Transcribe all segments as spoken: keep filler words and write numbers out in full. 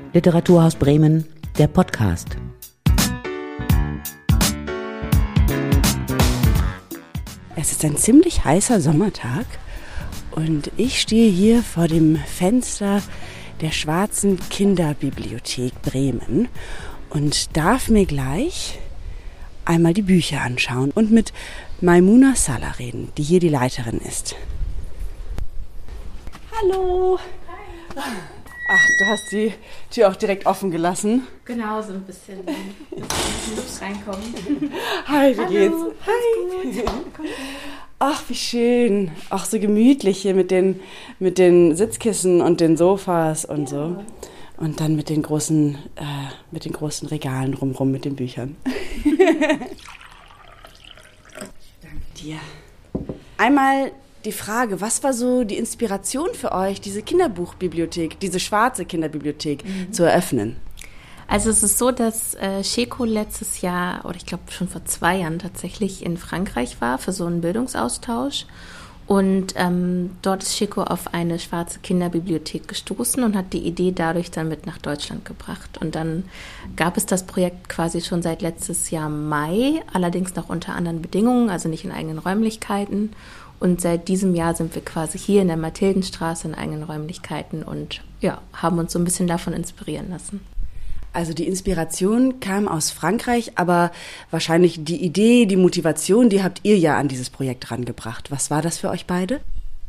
Literaturhaus Bremen, der Podcast. Es ist ein ziemlich heißer Sommertag und ich stehe hier vor dem Fenster der Schwarzen Kinderbibliothek Bremen und darf mir gleich einmal die Bücher anschauen und mit Maimuna Sallah reden, die hier die Leiterin ist. Hallo! Hi! Ach, du hast die Tür auch direkt offen gelassen. Genau, so ein bisschen, dass ein bisschen Luft reinkommen. Hi, wie Hallo, geht's? Hi! Ach, wie schön. Ach, so gemütlich hier mit den, mit den Sitzkissen und den Sofas und ja. so. Und dann mit den großen, äh, mit den großen Regalen rumrum mit den Büchern. Danke dir. Einmal die Frage, was war so die Inspiration für euch, diese Kinderbuchbibliothek, diese schwarze Kinderbibliothek mhm. zu eröffnen? Also es ist so, dass äh, Sheco letztes Jahr, oder ich glaube schon vor zwei Jahren tatsächlich in Frankreich war für so einen Bildungsaustausch. Und ähm, dort ist Sheco auf eine schwarze Kinderbibliothek gestoßen und hat die Idee dadurch dann mit nach Deutschland gebracht. Und dann gab es das Projekt quasi schon seit letztes Jahr Mai, allerdings noch unter anderen Bedingungen, also nicht in eigenen Räumlichkeiten. Und seit diesem Jahr sind wir quasi hier in der Mathildenstraße in eigenen Räumlichkeiten und ja, haben uns so ein bisschen davon inspirieren lassen. Also die Inspiration kam aus Frankreich, aber wahrscheinlich die Idee, die Motivation, die habt ihr ja an dieses Projekt rangebracht. Was war das für euch beide?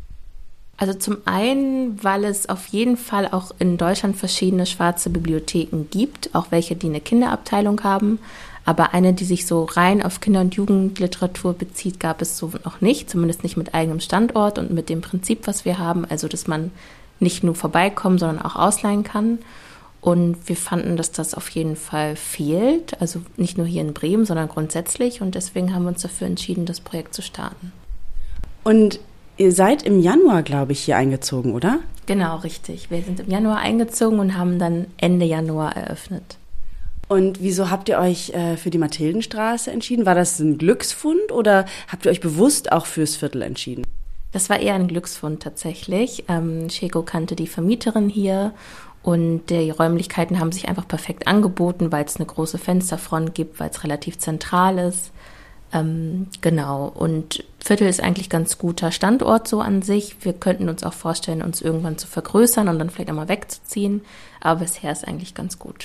Also zum einen, weil es auf jeden Fall auch in Deutschland verschiedene schwarze Bibliotheken gibt, auch welche, die eine Kinderabteilung haben. Aber eine, die sich so rein auf Kinder- und Jugendliteratur bezieht, gab es so noch nicht, zumindest nicht mit eigenem Standort und mit dem Prinzip, was wir haben, also dass man nicht nur vorbeikommen, sondern auch ausleihen kann. Und wir fanden, dass das auf jeden Fall fehlt, also nicht nur hier in Bremen, sondern grundsätzlich. Und deswegen haben wir uns dafür entschieden, das Projekt zu starten. Und ihr seid im Januar, glaube ich, hier eingezogen, oder? Genau, richtig. Wir sind im Januar eingezogen und haben dann Ende Januar eröffnet. Und wieso habt ihr euch äh, für die Mathildenstraße entschieden? War das ein Glücksfund oder habt ihr euch bewusst auch fürs Viertel entschieden? Das war eher ein Glücksfund tatsächlich. Ähm, Sheco kannte die Vermieterin hier und die Räumlichkeiten haben sich einfach perfekt angeboten, weil es eine große Fensterfront gibt, weil es relativ zentral ist. Ähm, genau, und Viertel ist eigentlich ganz guter Standort so an sich. Wir könnten uns auch vorstellen, uns irgendwann zu vergrößern und dann vielleicht einmal wegzuziehen, aber bisher ist eigentlich ganz gut.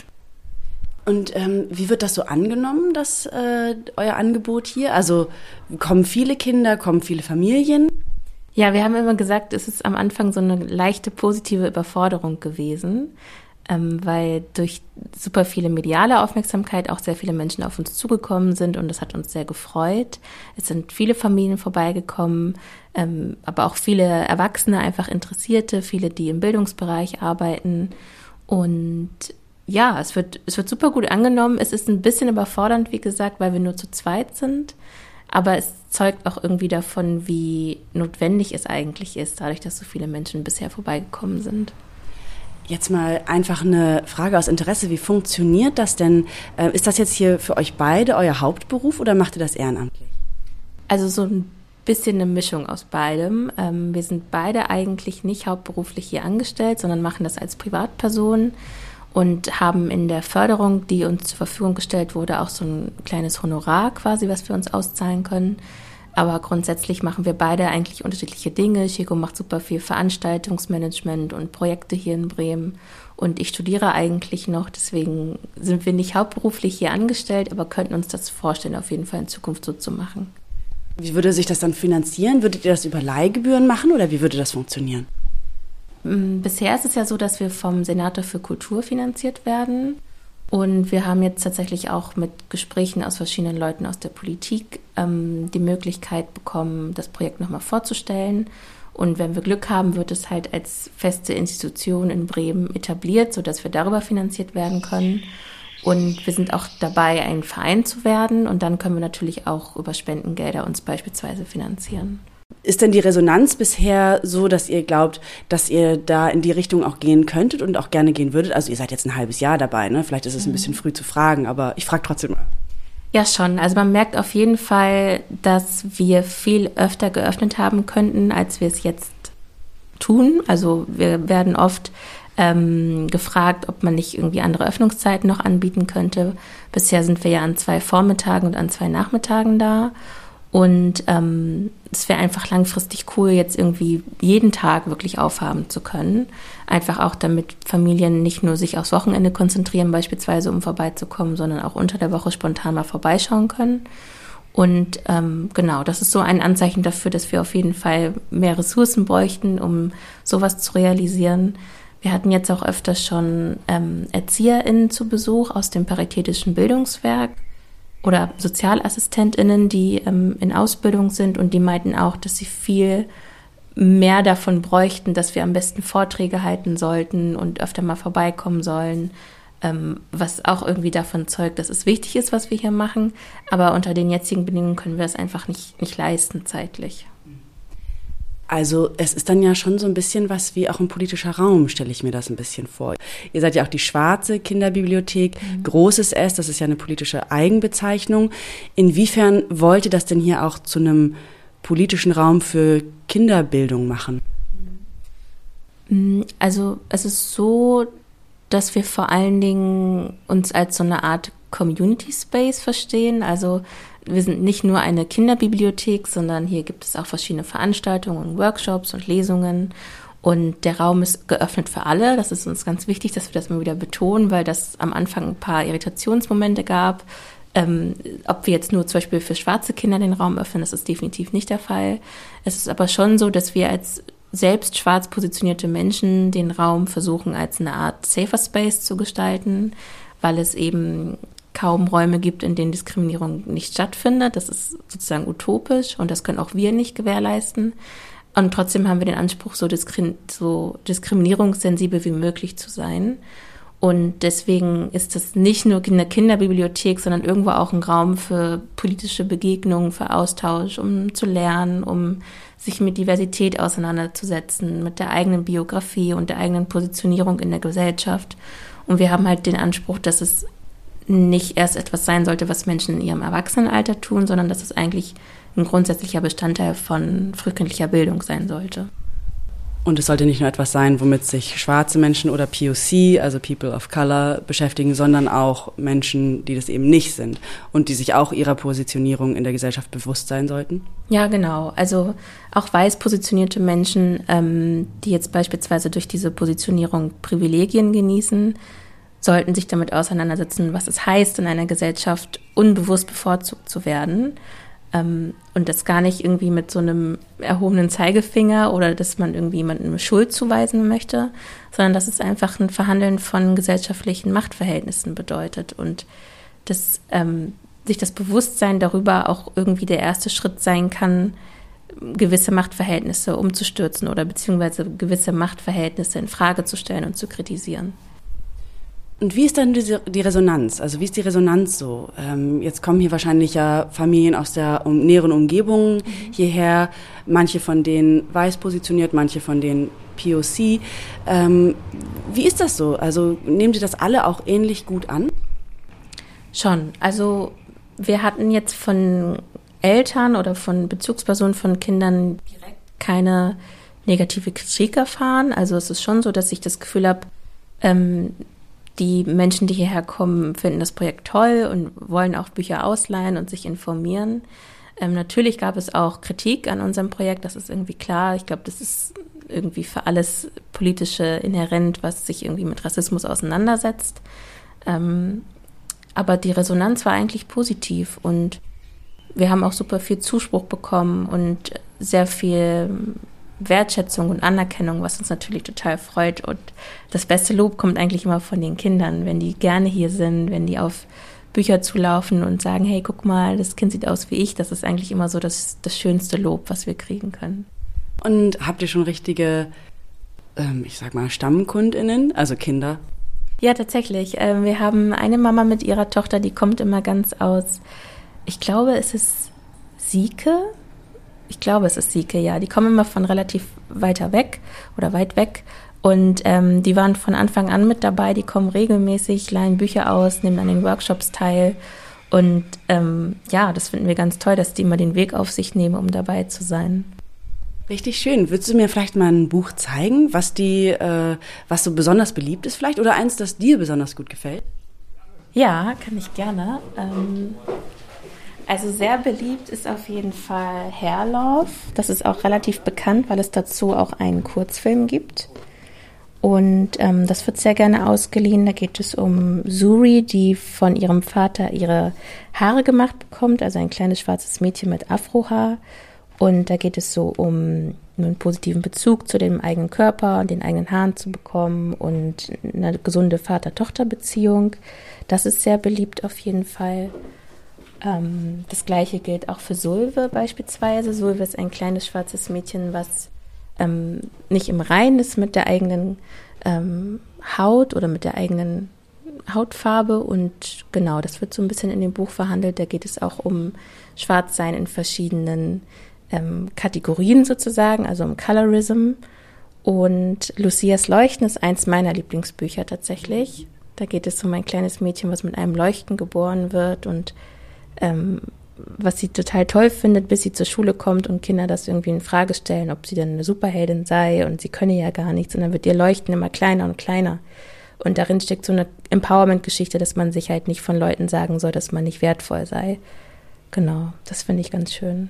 Und ähm, wie wird das so angenommen, das, äh, euer Angebot hier? Also kommen viele Kinder, kommen viele Familien? Ja, wir haben immer gesagt, es ist am Anfang so eine leichte positive Überforderung gewesen, ähm, weil durch super viele mediale Aufmerksamkeit auch sehr viele Menschen auf uns zugekommen sind und das hat uns sehr gefreut. Es sind viele Familien vorbeigekommen, ähm, aber auch viele Erwachsene, einfach Interessierte, viele, die im Bildungsbereich arbeiten und ja, es wird, es wird super gut angenommen. Es ist ein bisschen überfordernd, wie gesagt, weil wir nur zu zweit sind. Aber es zeugt auch irgendwie davon, wie notwendig es eigentlich ist, dadurch, dass so viele Menschen bisher vorbeigekommen sind. Jetzt mal einfach eine Frage aus Interesse. Wie funktioniert das denn? Ist das jetzt hier für euch beide euer Hauptberuf oder macht ihr das ehrenamtlich? Also so ein bisschen eine Mischung aus beidem. Wir sind beide eigentlich nicht hauptberuflich hier angestellt, sondern machen das als Privatperson. Und haben in der Förderung, die uns zur Verfügung gestellt wurde, auch so ein kleines Honorar quasi, was wir uns auszahlen können. Aber grundsätzlich machen wir beide eigentlich unterschiedliche Dinge. Sheco macht super viel Veranstaltungsmanagement und Projekte hier in Bremen. Und ich studiere eigentlich noch, deswegen sind wir nicht hauptberuflich hier angestellt, aber könnten uns das vorstellen, auf jeden Fall in Zukunft so zu machen. Wie würde sich das dann finanzieren? Würdet ihr das über Leihgebühren machen oder wie würde das funktionieren? Bisher ist es ja so, dass wir vom Senator für Kultur finanziert werden und wir haben jetzt tatsächlich auch mit Gesprächen aus verschiedenen Leuten aus der Politik ähm, die Möglichkeit bekommen, das Projekt nochmal vorzustellen und wenn wir Glück haben, wird es halt als feste Institution in Bremen etabliert, sodass wir darüber finanziert werden können und wir sind auch dabei, ein Verein zu werden und dann können wir natürlich auch über Spendengelder uns beispielsweise finanzieren. Ist denn die Resonanz bisher so, dass ihr glaubt, dass ihr da in die Richtung auch gehen könntet und auch gerne gehen würdet? Also ihr seid jetzt ein halbes Jahr dabei, ne? Vielleicht ist es ein bisschen früh zu fragen, aber ich frage trotzdem mal. Ja, schon. Also man merkt auf jeden Fall, dass wir viel öfter geöffnet haben könnten, als wir es jetzt tun. Also wir werden oft ähm, gefragt, ob man nicht irgendwie andere Öffnungszeiten noch anbieten könnte. Bisher sind wir ja an zwei Vormittagen und an zwei Nachmittagen da. Und ähm, es wäre einfach langfristig cool, jetzt irgendwie jeden Tag wirklich aufhaben zu können. Einfach auch, damit Familien nicht nur sich aufs Wochenende konzentrieren, beispielsweise um vorbeizukommen, sondern auch unter der Woche spontan mal vorbeischauen können. Und ähm, genau, das ist so ein Anzeichen dafür, dass wir auf jeden Fall mehr Ressourcen bräuchten, um sowas zu realisieren. Wir hatten jetzt auch öfters schon ähm, ErzieherInnen zu Besuch aus dem Paritätischen Bildungswerk oder SozialassistentInnen, die ähm, in Ausbildung sind, und die meinten auch, dass sie viel mehr davon bräuchten, dass wir am besten Vorträge halten sollten und öfter mal vorbeikommen sollen, ähm, was auch irgendwie davon zeugt, dass es wichtig ist, was wir hier machen, aber unter den jetzigen Bedingungen können wir das einfach nicht, nicht leisten zeitlich. Also es ist dann ja schon so ein bisschen was wie auch ein politischer Raum, stelle ich mir das ein bisschen vor. Ihr seid ja auch die Schwarze Kinderbibliothek, mhm. großes S, das ist ja eine politische Eigenbezeichnung. Inwiefern wollt ihr das denn hier auch zu einem politischen Raum für Kinderbildung machen? Also es ist so, dass wir vor allen Dingen uns als so eine Art Community Space verstehen. Also wir sind nicht nur eine Kinderbibliothek, sondern hier gibt es auch verschiedene Veranstaltungen, Workshops und Lesungen. Und der Raum ist geöffnet für alle. Das ist uns ganz wichtig, dass wir das mal wieder betonen, weil das am Anfang ein paar Irritationsmomente gab. Ähm, ob wir jetzt nur zum Beispiel für schwarze Kinder den Raum öffnen, das ist definitiv nicht der Fall. Es ist aber schon so, dass wir als selbst schwarz positionierte Menschen den Raum versuchen, als eine Art Safer Space zu gestalten, weil es eben kaum Räume gibt, in denen Diskriminierung nicht stattfindet. Das ist sozusagen utopisch und das können auch wir nicht gewährleisten. Und trotzdem haben wir den Anspruch, so, diskrim- so diskriminierungssensibel wie möglich zu sein. Und deswegen ist das nicht nur eine Kinderbibliothek, sondern irgendwo auch ein Raum für politische Begegnungen, für Austausch, um zu lernen, um sich mit Diversität auseinanderzusetzen, mit der eigenen Biografie und der eigenen Positionierung in der Gesellschaft. Und wir haben halt den Anspruch, dass es nicht erst etwas sein sollte, was Menschen in ihrem Erwachsenenalter tun, sondern dass es eigentlich ein grundsätzlicher Bestandteil von frühkindlicher Bildung sein sollte. Und es sollte nicht nur etwas sein, womit sich schwarze Menschen oder P O C, also People of Color, beschäftigen, sondern auch Menschen, die das eben nicht sind und die sich auch ihrer Positionierung in der Gesellschaft bewusst sein sollten? Ja, genau. Also auch weiß positionierte Menschen, ähm, die jetzt beispielsweise durch diese Positionierung Privilegien genießen, sollten sich damit auseinandersetzen, was es heißt, in einer Gesellschaft unbewusst bevorzugt zu werden. Ähm, und das gar nicht irgendwie mit so einem erhobenen Zeigefinger oder dass man irgendwie jemandem Schuld zuweisen möchte, sondern dass es einfach ein Verhandeln von gesellschaftlichen Machtverhältnissen bedeutet und dass ähm, sich das Bewusstsein darüber auch irgendwie der erste Schritt sein kann, gewisse Machtverhältnisse umzustürzen oder beziehungsweise gewisse Machtverhältnisse in Frage zu stellen und zu kritisieren. Und wie ist dann die, die Resonanz? Also wie ist die Resonanz so? Ähm, jetzt kommen hier wahrscheinlich ja Familien aus der um, näheren Umgebung mhm. hierher, manche von denen weiß positioniert, manche von denen P O C. Ähm, wie ist das so? Also nehmen Sie das alle auch ähnlich gut an? Schon. Also wir hatten jetzt von Eltern oder von Bezugspersonen von Kindern direkt keine negative Kritik erfahren. Also es ist schon so, dass ich das Gefühl habe, ähm, die Menschen, die hierher kommen, finden das Projekt toll und wollen auch Bücher ausleihen und sich informieren. Ähm, natürlich gab es auch Kritik an unserem Projekt, das ist irgendwie klar. Ich glaube, das ist irgendwie für alles Politische inhärent, was sich irgendwie mit Rassismus auseinandersetzt. Ähm, aber die Resonanz war eigentlich positiv und wir haben auch super viel Zuspruch bekommen und sehr viel Wertschätzung und Anerkennung, was uns natürlich total freut. Und das beste Lob kommt eigentlich immer von den Kindern, wenn die gerne hier sind, wenn die auf Bücher zulaufen und sagen, hey, guck mal, das Kind sieht aus wie ich. Das ist eigentlich immer so das, das schönste Lob, was wir kriegen können. Und habt ihr schon richtige, ähm, ich sag mal, StammkundInnen, also Kinder? Ja, tatsächlich. Ähm, wir haben eine Mama mit ihrer Tochter, die kommt immer ganz aus, ich glaube, es ist Sieke. Ich glaube, es ist Sieke, ja. Die kommen immer von relativ weiter weg oder weit weg. Und ähm, die waren von Anfang an mit dabei. Die kommen regelmäßig, leihen Bücher aus, nehmen an den Workshops teil. Und ähm, ja, das finden wir ganz toll, dass die immer den Weg auf sich nehmen, um dabei zu sein. Richtig schön. Würdest du mir vielleicht mal ein Buch zeigen, was die, äh, was so besonders beliebt ist vielleicht oder eins, das dir besonders gut gefällt? Ja, kann ich gerne. Ähm, also sehr beliebt ist auf jeden Fall Hairlove. Das ist auch relativ bekannt, weil es dazu auch einen Kurzfilm gibt. Und ähm, das wird sehr gerne ausgeliehen. Da geht es um Suri, die von ihrem Vater ihre Haare gemacht bekommt, also ein kleines schwarzes Mädchen mit Afrohaar. Und da geht es so um einen positiven Bezug zu dem eigenen Körper und den eigenen Haaren zu bekommen und eine gesunde Vater-Tochter-Beziehung. Das ist sehr beliebt auf jeden Fall. Ähm, das Gleiche gilt auch für Sulwe beispielsweise. Sulwe ist ein kleines schwarzes Mädchen, was ähm, nicht im Reinen ist mit der eigenen ähm, Haut oder mit der eigenen Hautfarbe. Und genau, das wird so ein bisschen in dem Buch verhandelt. Da geht es auch um Schwarzsein in verschiedenen Ähm, Kategorien sozusagen, also um Colorism. Und Lucias Leuchten ist eins meiner Lieblingsbücher tatsächlich. Da geht es um ein kleines Mädchen, was mit einem Leuchten geboren wird und ähm, was sie total toll findet, bis sie zur Schule kommt und Kinder das irgendwie in Frage stellen, ob sie denn eine Superheldin sei und sie könne ja gar nichts. Und dann wird ihr Leuchten immer kleiner und kleiner. Und darin steckt so eine Empowerment-Geschichte, dass man sich halt nicht von Leuten sagen soll, dass man nicht wertvoll sei. Genau, das finde ich ganz schön.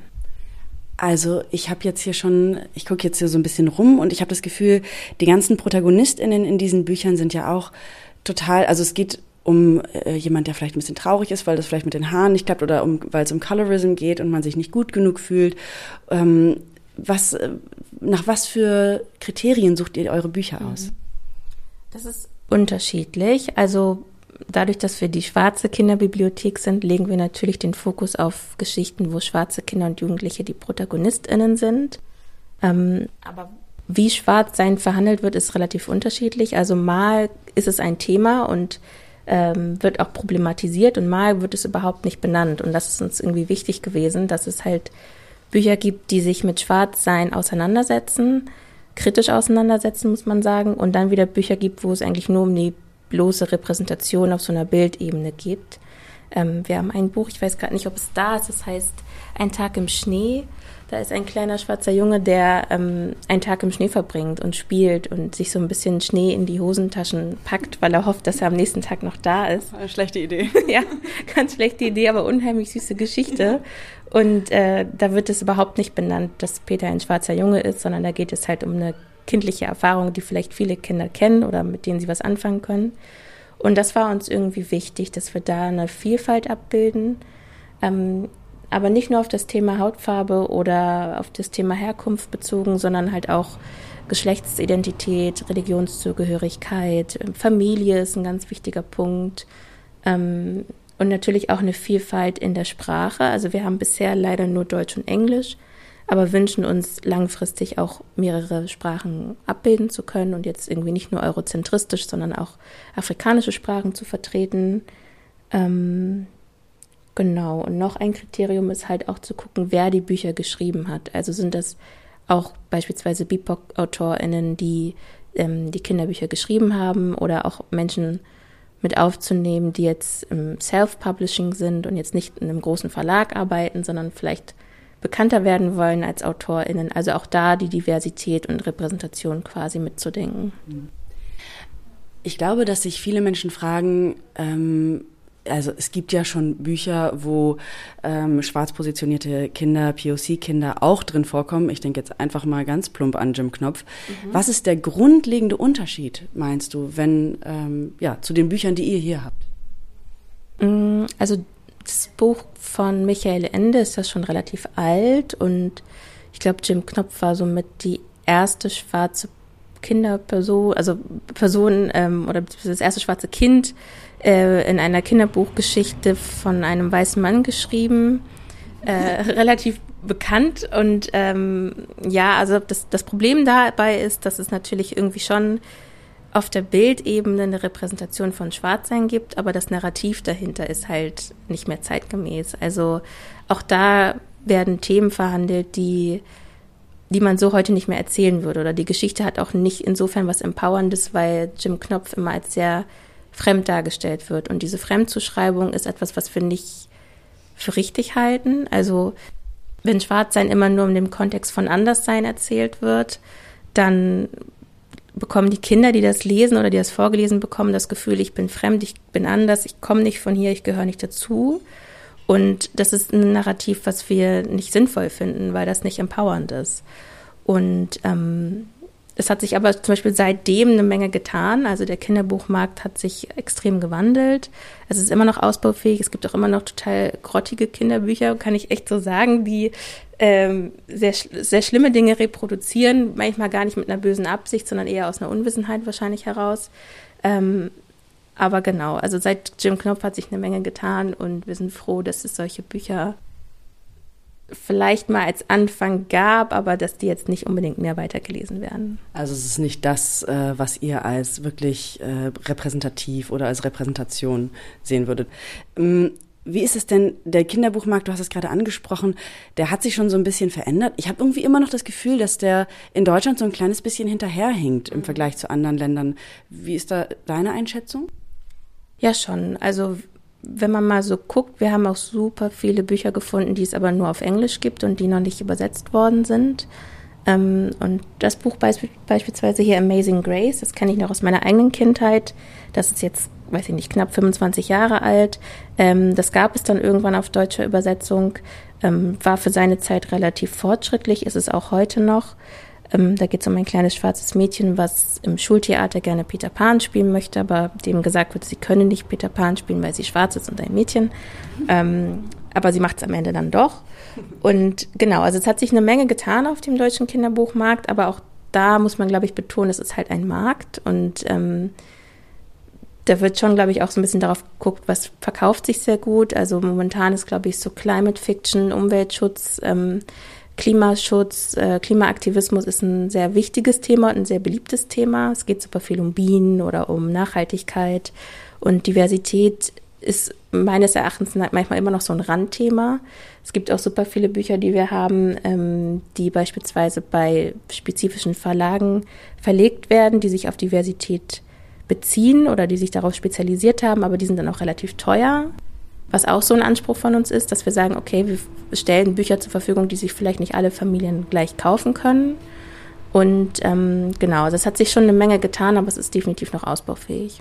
Also ich habe jetzt hier schon, ich gucke jetzt hier so ein bisschen rum und ich habe das Gefühl, die ganzen ProtagonistInnen in diesen Büchern sind ja auch total, also es geht um äh, jemand, der vielleicht ein bisschen traurig ist, weil das vielleicht mit den Haaren nicht klappt oder um, weil es um Colorism geht und man sich nicht gut genug fühlt. Ähm, was, äh, nach was für Kriterien sucht ihr eure Bücher aus? Das ist unterschiedlich. Also dadurch, dass wir die schwarze Kinderbibliothek sind, legen wir natürlich den Fokus auf Geschichten, wo schwarze Kinder und Jugendliche die ProtagonistInnen sind. Ähm, aber wie Schwarzsein verhandelt wird, ist relativ unterschiedlich. Also mal ist es ein Thema und ähm, wird auch problematisiert und mal wird es überhaupt nicht benannt. Und das ist uns irgendwie wichtig gewesen, dass es halt Bücher gibt, die sich mit Schwarzsein auseinandersetzen, kritisch auseinandersetzen, muss man sagen, und dann wieder Bücher gibt, wo es eigentlich nur um die bloße Repräsentation auf so einer Bildebene gibt. Ähm, wir haben ein Buch, ich weiß gerade nicht, ob es da ist, das heißt Ein Tag im Schnee. Da ist ein kleiner schwarzer Junge, der ähm, einen Tag im Schnee verbringt und spielt und sich so ein bisschen Schnee in die Hosentaschen packt, weil er hofft, dass er am nächsten Tag noch da ist. Eine schlechte Idee. Ja, ganz schlechte Idee, aber unheimlich süße Geschichte. Und äh, da wird es überhaupt nicht benannt, dass Peter ein schwarzer Junge ist, sondern da geht es halt um eine kindliche Erfahrung, die vielleicht viele Kinder kennen oder mit denen sie was anfangen können. Und das war uns irgendwie wichtig, dass wir da eine Vielfalt abbilden, ähm, aber nicht nur auf das Thema Hautfarbe oder auf das Thema Herkunft bezogen, sondern halt auch Geschlechtsidentität, Religionszugehörigkeit, Familie ist ein ganz wichtiger Punkt, ähm, und natürlich auch eine Vielfalt in der Sprache. Also wir haben bisher leider nur Deutsch und Englisch, aber wünschen uns langfristig auch mehrere Sprachen abbilden zu können und jetzt irgendwie nicht nur eurozentristisch, sondern auch afrikanische Sprachen zu vertreten. Ähm, genau, und noch ein Kriterium ist halt auch zu gucken, wer die Bücher geschrieben hat. Also sind das auch beispielsweise B I P O C-AutorInnen, die ähm, die Kinderbücher geschrieben haben oder auch Menschen mit aufzunehmen, die jetzt im Self-Publishing sind und jetzt nicht in einem großen Verlag arbeiten, sondern vielleicht bekannter werden wollen als AutorInnen. Also auch da die Diversität und Repräsentation quasi mitzudenken. Ich glaube, dass sich viele Menschen fragen, ähm, also es gibt ja schon Bücher, wo ähm, schwarz positionierte Kinder, P O C-Kinder auch drin vorkommen. Ich denke jetzt einfach mal ganz plump an Jim Knopf. Mhm. Was ist der grundlegende Unterschied, meinst du, wenn ähm, ja zu den Büchern, die ihr hier habt? Also das Buch von Michael Ende ist ja schon relativ alt und ich glaube, Jim Knopf war somit die erste schwarze Kinderperson, also Person ähm, oder das erste schwarze Kind äh, in einer Kinderbuchgeschichte von einem weißen Mann geschrieben, äh, relativ bekannt und ähm, ja, also das, das Problem dabei ist, dass es natürlich irgendwie schon auf der Bildebene eine Repräsentation von Schwarzsein gibt, aber das Narrativ dahinter ist halt nicht mehr zeitgemäß. Also auch da werden Themen verhandelt, die, die man so heute nicht mehr erzählen würde. Oder die Geschichte hat auch nicht insofern was Empowerndes, weil Jim Knopf immer als sehr fremd dargestellt wird. Und diese Fremdzuschreibung ist etwas, was wir nicht für richtig halten. Also wenn Schwarzsein immer nur in dem Kontext von Anderssein erzählt wird, dann bekommen die Kinder, die das lesen oder die das vorgelesen bekommen, das Gefühl, ich bin fremd, ich bin anders, ich komme nicht von hier, ich gehöre nicht dazu. Und das ist ein Narrativ, was wir nicht sinnvoll finden, weil das nicht empowernd ist. Und ähm, es hat sich aber zum Beispiel seitdem eine Menge getan. Also der Kinderbuchmarkt hat sich extrem gewandelt. Es ist immer noch ausbaufähig. Es gibt auch immer noch total grottige Kinderbücher, kann ich echt so sagen, die ähm, sehr, sehr schlimme Dinge reproduzieren. Manchmal gar nicht mit einer bösen Absicht, sondern eher aus einer Unwissenheit wahrscheinlich heraus. Ähm, aber genau, also seit Jim Knopf hat sich eine Menge getan und wir sind froh, dass es solche Bücher vielleicht mal als Anfang gab, aber dass die jetzt nicht unbedingt mehr weitergelesen werden. Also es ist nicht das, was ihr als wirklich repräsentativ oder als Repräsentation sehen würdet. Wie ist es denn, der Kinderbuchmarkt, du hast es gerade angesprochen, der hat sich schon so ein bisschen verändert. Ich habe irgendwie immer noch das Gefühl, dass der in Deutschland so ein kleines bisschen hinterherhinkt im Vergleich zu anderen Ländern. Wie ist da deine Einschätzung? Ja, schon. Also wenn man mal so guckt, wir haben auch super viele Bücher gefunden, die es aber nur auf Englisch gibt und die noch nicht übersetzt worden sind. Ähm, und das Buch beisp- beispielsweise hier, Amazing Grace, das kenne ich noch aus meiner eigenen Kindheit. Das ist jetzt, weiß ich nicht, knapp fünfundzwanzig Jahre alt. Ähm, das gab es dann irgendwann auf deutscher Übersetzung, ähm, war für seine Zeit relativ fortschrittlich, ist es auch heute noch. Ähm, da geht es um ein kleines schwarzes Mädchen, was im Schultheater gerne Peter Pan spielen möchte, aber dem gesagt wird, sie könne nicht Peter Pan spielen, weil sie schwarz ist und ein Mädchen. Ähm, aber sie macht es am Ende dann doch. Und genau, also es hat sich eine Menge getan auf dem deutschen Kinderbuchmarkt, aber auch da muss man, glaube ich, betonen, es ist halt ein Markt und ähm, da wird schon, glaube ich, auch so ein bisschen darauf geguckt, was verkauft sich sehr gut. Also momentan ist, glaube ich, so Climate Fiction, Umweltschutz, ähm, Klimaschutz, äh, Klimaaktivismus ist ein sehr wichtiges Thema und ein sehr beliebtes Thema. Es geht super viel um Bienen oder um Nachhaltigkeit und Diversität ist meines Erachtens manchmal immer noch so ein Randthema. Es gibt auch super viele Bücher, die wir haben, ähm, die beispielsweise bei spezifischen Verlagen verlegt werden, die sich auf Diversität beziehen oder die sich darauf spezialisiert haben, aber die sind dann auch relativ teuer. Was auch so ein Anspruch von uns ist, dass wir sagen, okay, wir stellen Bücher zur Verfügung, die sich vielleicht nicht alle Familien gleich kaufen können. Und ähm, genau, also es hat sich schon eine Menge getan, aber es ist definitiv noch ausbaufähig.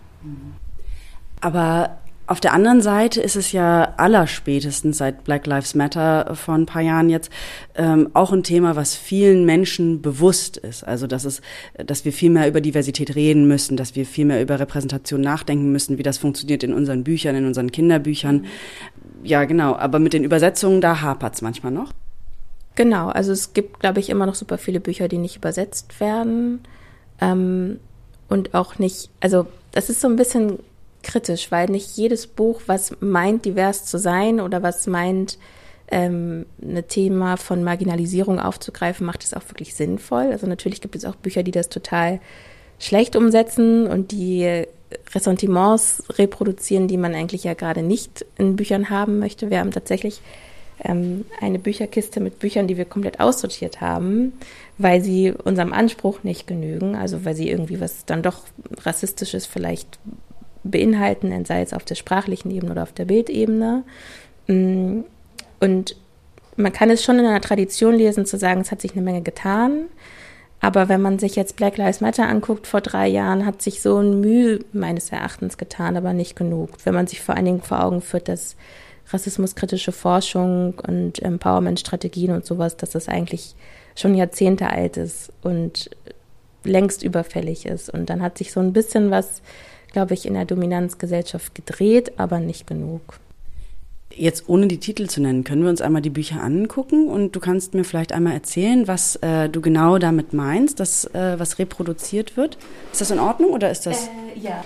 Aber auf der anderen Seite ist es ja allerspätestens seit Black Lives Matter vor ein paar Jahren jetzt ähm, auch ein Thema, was vielen Menschen bewusst ist. Also dass es, dass wir viel mehr über Diversität reden müssen, dass wir viel mehr über Repräsentation nachdenken müssen, wie das funktioniert in unseren Büchern, in unseren Kinderbüchern. Mhm. Ja, genau. Aber mit den Übersetzungen, da hapert's manchmal noch. Genau. Also es gibt, glaube ich, immer noch super viele Bücher, die nicht übersetzt werden ähm, und auch nicht. Also das ist so ein bisschen kritisch, weil nicht jedes Buch, was meint, divers zu sein oder was meint, ähm, ein Thema von Marginalisierung aufzugreifen, macht es auch wirklich sinnvoll. Also natürlich gibt es auch Bücher, die das total schlecht umsetzen und die Ressentiments reproduzieren, die man eigentlich ja gerade nicht in Büchern haben möchte. Wir haben tatsächlich ähm, eine Bücherkiste mit Büchern, die wir komplett aussortiert haben, weil sie unserem Anspruch nicht genügen, also weil sie irgendwie was dann doch Rassistisches vielleicht beinhalten, sei es auf der sprachlichen Ebene oder auf der Bildebene. Und man kann es schon in einer Tradition lesen, zu sagen, es hat sich eine Menge getan. Aber wenn man sich jetzt Black Lives Matter anguckt, vor drei Jahren hat sich so ein Mühe meines Erachtens getan, aber nicht genug. Wenn man sich vor allen Dingen vor Augen führt, dass rassismuskritische Forschung und Empowerment-Strategien und sowas, dass das eigentlich schon Jahrzehnte alt ist und längst überfällig ist. Und dann hat sich so ein bisschen was, glaube ich, in der Dominanzgesellschaft gedreht, aber nicht genug. Jetzt ohne die Titel zu nennen, können wir uns einmal die Bücher angucken und du kannst mir vielleicht einmal erzählen, was äh, du genau damit meinst, dass äh, was reproduziert wird. Ist das in Ordnung oder ist das? Äh, ja.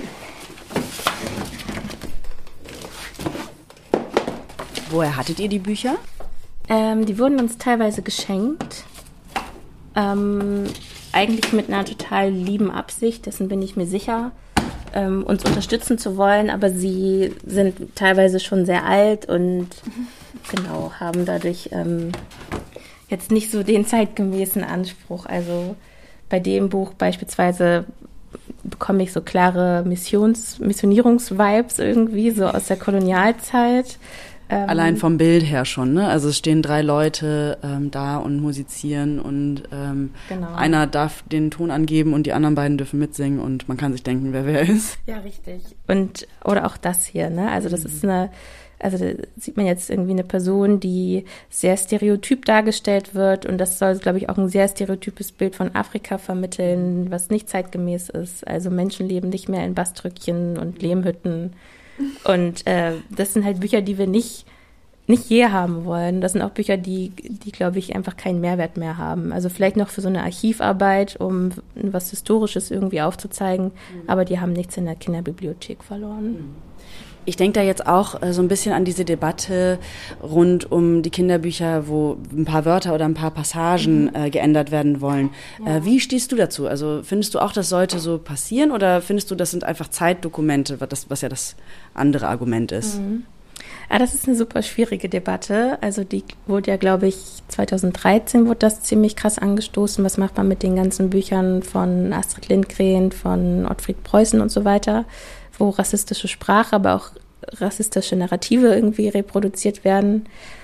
Woher hattet ihr die Bücher? Ähm, die wurden uns teilweise geschenkt. Ähm, eigentlich mit einer total lieben Absicht, dessen bin ich mir sicher. Ähm, uns unterstützen zu wollen, aber sie sind teilweise schon sehr alt und genau, haben dadurch ähm, jetzt nicht so den zeitgemäßen Anspruch. Also bei dem Buch beispielsweise bekomme ich so klare Missions, Missionierungs-Vibes irgendwie, so aus der Kolonialzeit. Ähm, Allein vom Bild her schon, ne? Also es stehen drei Leute ähm, da und musizieren und ähm, genau. einer darf den Ton angeben und die anderen beiden dürfen mitsingen und man kann sich denken, wer wer ist. Ja, richtig. Und oder auch das hier, ne? Also das mhm. ist eine, also da sieht man jetzt irgendwie eine Person, die sehr stereotyp dargestellt wird und das soll, glaube ich, auch ein sehr stereotypes Bild von Afrika vermitteln, was nicht zeitgemäß ist. Also Menschen leben nicht mehr in Baströckchen und Lehmhütten. Und äh, das sind halt Bücher, die wir nicht, nicht je haben wollen. Das sind auch Bücher, die, die, glaube ich, einfach keinen Mehrwert mehr haben. Also vielleicht noch für so eine Archivarbeit, um was Historisches irgendwie aufzuzeigen, mhm. aber die haben nichts in der Kinderbibliothek verloren. Ich denke da jetzt auch äh, so ein bisschen an diese Debatte rund um die Kinderbücher, wo ein paar Wörter oder ein paar Passagen mhm. äh, geändert werden wollen. Ja. Äh, wie stehst du dazu? Also findest du auch, das sollte so passieren oder findest du, das sind einfach Zeitdokumente, was, das, was ja das andere Argument ist? Mhm. Ah, das ist eine super schwierige Debatte. Also die wurde ja, glaube ich, zweitausenddreizehn wurde das ziemlich krass angestoßen. Was macht man mit den ganzen Büchern von Astrid Lindgren, von Ottfried Preußen und so weiter, wo rassistische Sprache, aber auch rassistische Narrative irgendwie reproduziert werden.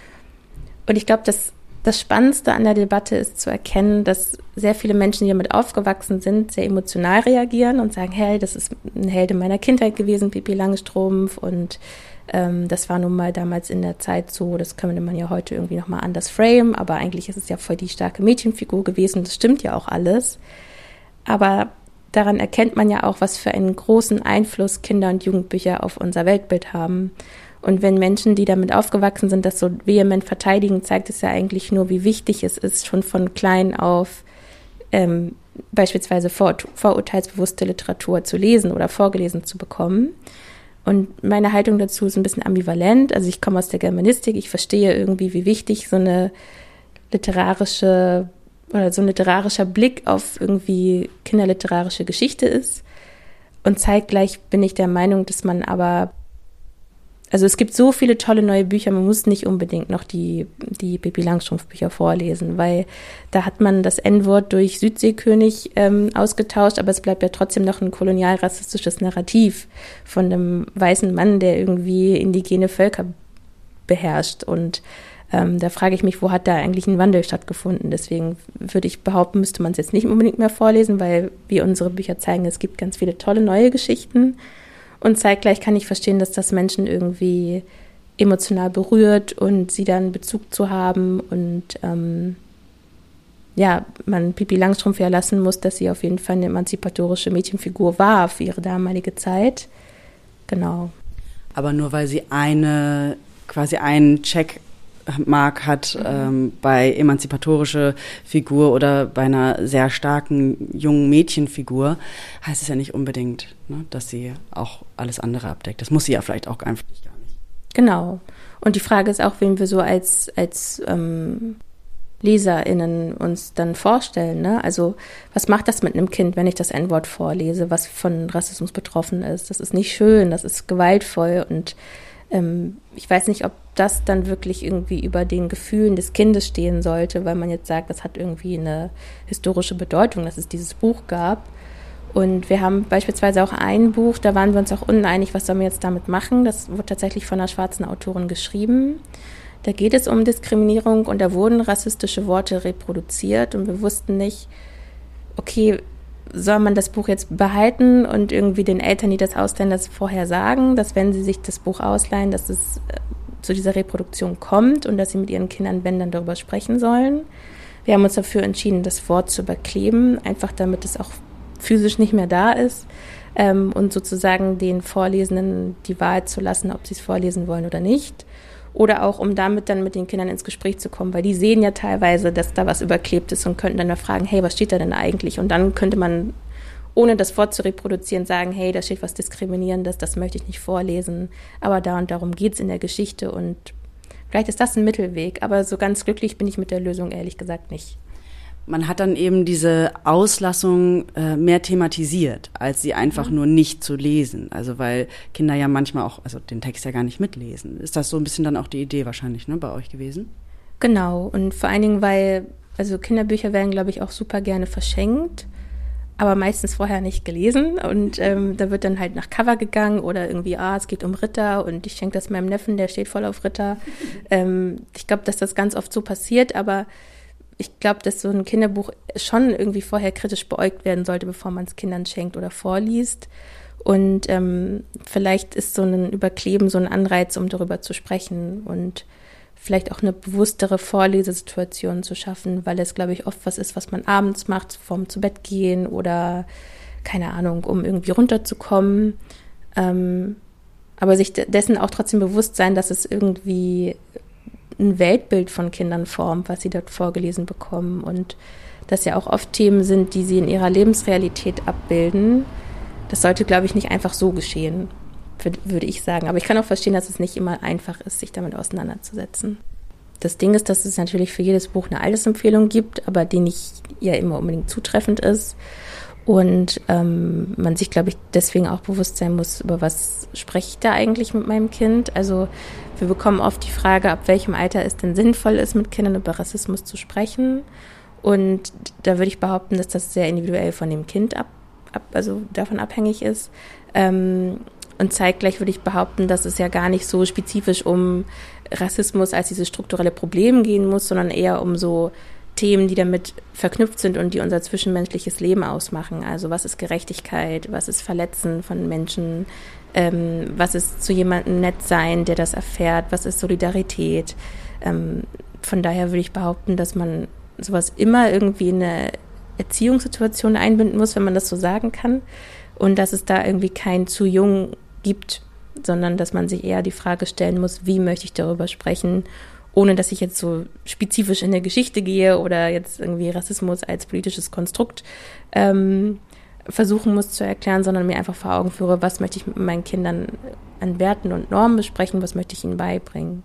Und ich glaube, das, das Spannendste an der Debatte ist zu erkennen, dass sehr viele Menschen, die damit aufgewachsen sind, sehr emotional reagieren und sagen, hey, das ist ein Held in meiner Kindheit gewesen, Pippi Langstrumpf, und ähm, das war nun mal damals in der Zeit so, das könnte man ja heute irgendwie nochmal anders frame, aber eigentlich ist es ja voll die starke Mädchenfigur gewesen, das stimmt ja auch alles. Aber daran erkennt man ja auch, was für einen großen Einfluss Kinder- und Jugendbücher auf unser Weltbild haben. Und wenn Menschen, die damit aufgewachsen sind, das so vehement verteidigen, zeigt es ja eigentlich nur, wie wichtig es ist, schon von klein auf ähm, beispielsweise vor, vorurteilsbewusste Literatur zu lesen oder vorgelesen zu bekommen. Und meine Haltung dazu ist ein bisschen ambivalent. Also ich komme aus der Germanistik, ich verstehe irgendwie, wie wichtig so eine literarische oder so ein literarischer Blick auf irgendwie kinderliterarische Geschichte ist. Und zeitgleich bin ich der Meinung, dass man aber, also es gibt so viele tolle neue Bücher, man muss nicht unbedingt noch die, die Pippi Langstrumpf-Bücher vorlesen, weil da hat man das En-Wort durch Südseekönig ähm, ausgetauscht, aber es bleibt ja trotzdem noch ein kolonialrassistisches Narrativ von einem weißen Mann, der irgendwie indigene Völker beherrscht. Und Ähm, da frage ich mich, wo hat da eigentlich ein Wandel stattgefunden? Deswegen würde ich behaupten, müsste man es jetzt nicht unbedingt mehr vorlesen, weil wie unsere Bücher zeigen, es gibt ganz viele tolle neue Geschichten. Und zeitgleich kann ich verstehen, dass das Menschen irgendwie emotional berührt und sie dann Bezug zu haben und ähm, ja, man Pippi Langstrumpf ja lassen muss, dass sie auf jeden Fall eine emanzipatorische Mädchenfigur war für ihre damalige Zeit. Genau. Aber nur weil sie eine, quasi einen Check Mark hat mhm. ähm, bei emanzipatorische Figur oder bei einer sehr starken jungen Mädchenfigur, heißt es ja nicht unbedingt, ne, dass sie auch alles andere abdeckt. Das muss sie ja vielleicht auch einfach gar nicht. Genau. Und die Frage ist auch, wen wir so als, als ähm, LeserInnen uns dann vorstellen. Ne? Also was macht das mit einem Kind, wenn ich das En-Wort vorlese, was von Rassismus betroffen ist? Das ist nicht schön, das ist gewaltvoll und ähm, ich weiß nicht, ob das dann wirklich irgendwie über den Gefühlen des Kindes stehen sollte, weil man jetzt sagt, das hat irgendwie eine historische Bedeutung, dass es dieses Buch gab. Und wir haben beispielsweise auch ein Buch, da waren wir uns auch uneinig, was sollen wir jetzt damit machen. Das wurde tatsächlich von einer schwarzen Autorin geschrieben. Da geht es um Diskriminierung und da wurden rassistische Worte reproduziert und wir wussten nicht, okay, soll man das Buch jetzt behalten und irgendwie den Eltern, die das ausleihen, das vorher sagen, dass wenn sie sich das Buch ausleihen, dass es zu dieser Reproduktion kommt und dass sie mit ihren Kindern, wenn, dann darüber sprechen sollen. Wir haben uns dafür entschieden, das Wort zu überkleben, einfach damit es auch physisch nicht mehr da ist ähm, und sozusagen den Vorlesenden die Wahl zu lassen, ob sie es vorlesen wollen oder nicht. Oder auch, um damit dann mit den Kindern ins Gespräch zu kommen, weil die sehen ja teilweise, dass da was überklebt ist und könnten dann mal fragen, hey, was steht da denn eigentlich? Und dann könnte man, ohne das Wort zu reproduzieren, sagen, hey, da steht was Diskriminierendes, das möchte ich nicht vorlesen, aber da und darum geht's in der Geschichte und vielleicht ist das ein Mittelweg, aber so ganz glücklich bin ich mit der Lösung ehrlich gesagt nicht. Man hat dann eben diese Auslassung äh, mehr thematisiert, als sie einfach mhm. nur nicht zu lesen. Also weil Kinder ja manchmal auch, also den Text ja gar nicht mitlesen. Ist das so ein bisschen dann auch die Idee wahrscheinlich, ne, bei euch gewesen? Genau, und vor allen Dingen, weil, also Kinderbücher werden, glaube ich, auch super gerne verschenkt. aber meistens vorher nicht gelesen. Und ähm, da wird dann halt nach Cover gegangen oder irgendwie, ah, es geht um Ritter und ich schenke das meinem Neffen, der steht voll auf Ritter. Ähm, ich glaube, dass das ganz oft so passiert, aber ich glaube, dass so ein Kinderbuch schon irgendwie vorher kritisch beäugt werden sollte, bevor man es Kindern schenkt oder vorliest. Und ähm, vielleicht ist so ein Überkleben so ein Anreiz, um darüber zu sprechen und vielleicht auch eine bewusstere Vorlesesituation zu schaffen, weil es, glaube ich, oft was ist, was man abends macht, vorm zu Bett gehen oder, keine Ahnung, um irgendwie runterzukommen. Ähm, aber sich dessen auch trotzdem bewusst sein, dass es irgendwie ein Weltbild von Kindern formt, was sie dort vorgelesen bekommen und dass ja auch oft Themen sind, die sie in ihrer Lebensrealität abbilden. Das sollte, glaube ich, nicht einfach so geschehen, würde ich sagen. Aber ich kann auch verstehen, dass es nicht immer einfach ist, sich damit auseinanderzusetzen. Das Ding ist, dass es natürlich für jedes Buch eine Altersempfehlung gibt, aber die nicht ja immer unbedingt zutreffend ist. Und ähm, man sich, glaube ich, deswegen auch bewusst sein muss, über was spreche ich da eigentlich mit meinem Kind. Also wir bekommen oft die Frage, ab welchem Alter es denn sinnvoll ist, mit Kindern über Rassismus zu sprechen. Und da würde ich behaupten, dass das sehr individuell von dem Kind ab, ab also davon abhängig ist. Ähm, Und zeitgleich würde ich behaupten, dass es ja gar nicht so spezifisch um Rassismus als dieses strukturelle Problem gehen muss, sondern eher um so Themen, die damit verknüpft sind und die unser zwischenmenschliches Leben ausmachen. Also was ist Gerechtigkeit, was ist Verletzen von Menschen, ähm, was ist zu jemandem nett sein, der das erfährt, was ist Solidarität. Ähm, von daher würde ich behaupten, dass man sowas immer irgendwie in eine Erziehungssituation einbinden muss, wenn man das so sagen kann. Und dass es da irgendwie kein zu jung gibt, sondern dass man sich eher die Frage stellen muss, wie möchte ich darüber sprechen, ohne dass ich jetzt so spezifisch in der Geschichte gehe oder jetzt irgendwie Rassismus als politisches Konstrukt ähm, versuchen muss zu erklären, sondern mir einfach vor Augen führe, was möchte ich mit meinen Kindern an Werten und Normen besprechen, was möchte ich ihnen beibringen.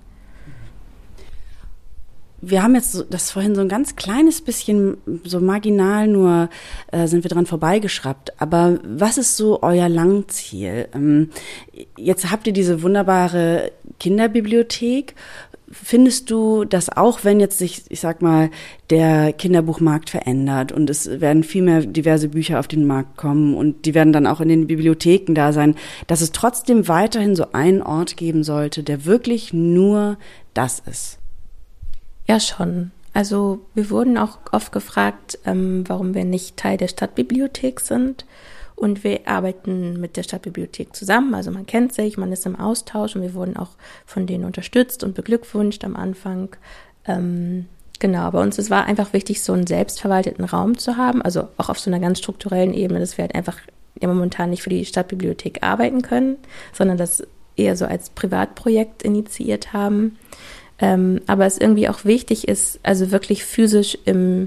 Wir haben jetzt so, das vorhin so ein ganz kleines bisschen, so marginal nur, äh, sind wir dran vorbeigeschraubt. Aber was ist so euer Langziel? Ähm, jetzt habt ihr diese wunderbare Kinderbibliothek. Findest du, dass auch wenn jetzt sich, ich sag mal, der Kinderbuchmarkt verändert und es werden viel mehr diverse Bücher auf den Markt kommen und die werden dann auch in den Bibliotheken da sein, dass es trotzdem weiterhin so einen Ort geben sollte, der wirklich nur das ist? Ja, schon. Also wir wurden auch oft gefragt, ähm, warum wir nicht Teil der Stadtbibliothek sind. Und wir arbeiten mit der Stadtbibliothek zusammen. Also man kennt sich, man ist im Austausch und wir wurden auch von denen unterstützt und beglückwünscht am Anfang. Ähm, genau, bei uns es war einfach wichtig, so einen selbstverwalteten Raum zu haben. Also auch auf so einer ganz strukturellen Ebene, dass wir halt einfach ja momentan nicht für die Stadtbibliothek arbeiten können, sondern das eher so als Privatprojekt initiiert haben. Ähm, aber es irgendwie auch wichtig ist, also wirklich physisch im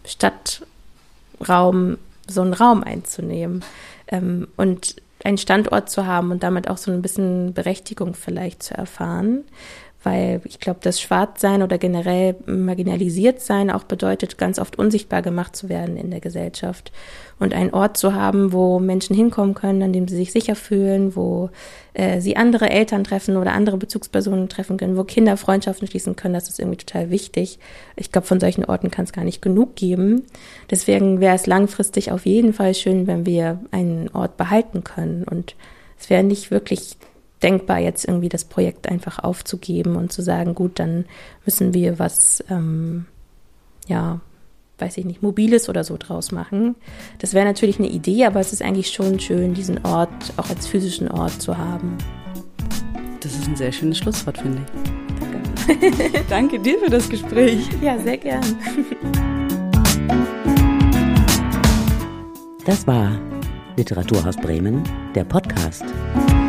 Stadtraum so einen Raum einzunehmen ähm, und einen Standort zu haben und damit auch so ein bisschen Berechtigung vielleicht zu erfahren. Weil ich glaube, das Schwarzsein oder generell marginalisiert sein auch bedeutet, ganz oft unsichtbar gemacht zu werden in der Gesellschaft. Und einen Ort zu haben, wo Menschen hinkommen können, an dem sie sich sicher fühlen, wo äh, sie andere Eltern treffen oder andere Bezugspersonen treffen können, wo Kinder Freundschaften schließen können, das ist irgendwie total wichtig. Ich glaube, von solchen Orten kann es gar nicht genug geben. Deswegen wäre es langfristig auf jeden Fall schön, wenn wir einen Ort behalten können. Und es wäre nicht wirklich denkbar, jetzt irgendwie das Projekt einfach aufzugeben und zu sagen, gut, dann müssen wir was, ähm, ja, weiß ich nicht, Mobiles oder so draus machen. Das wäre natürlich eine Idee, aber es ist eigentlich schon schön, diesen Ort auch als physischen Ort zu haben. Das ist ein sehr schönes Schlusswort, finde ich. Danke. Danke dir für das Gespräch. Ja, sehr gern. Das war Literaturhaus Bremen, der Podcast.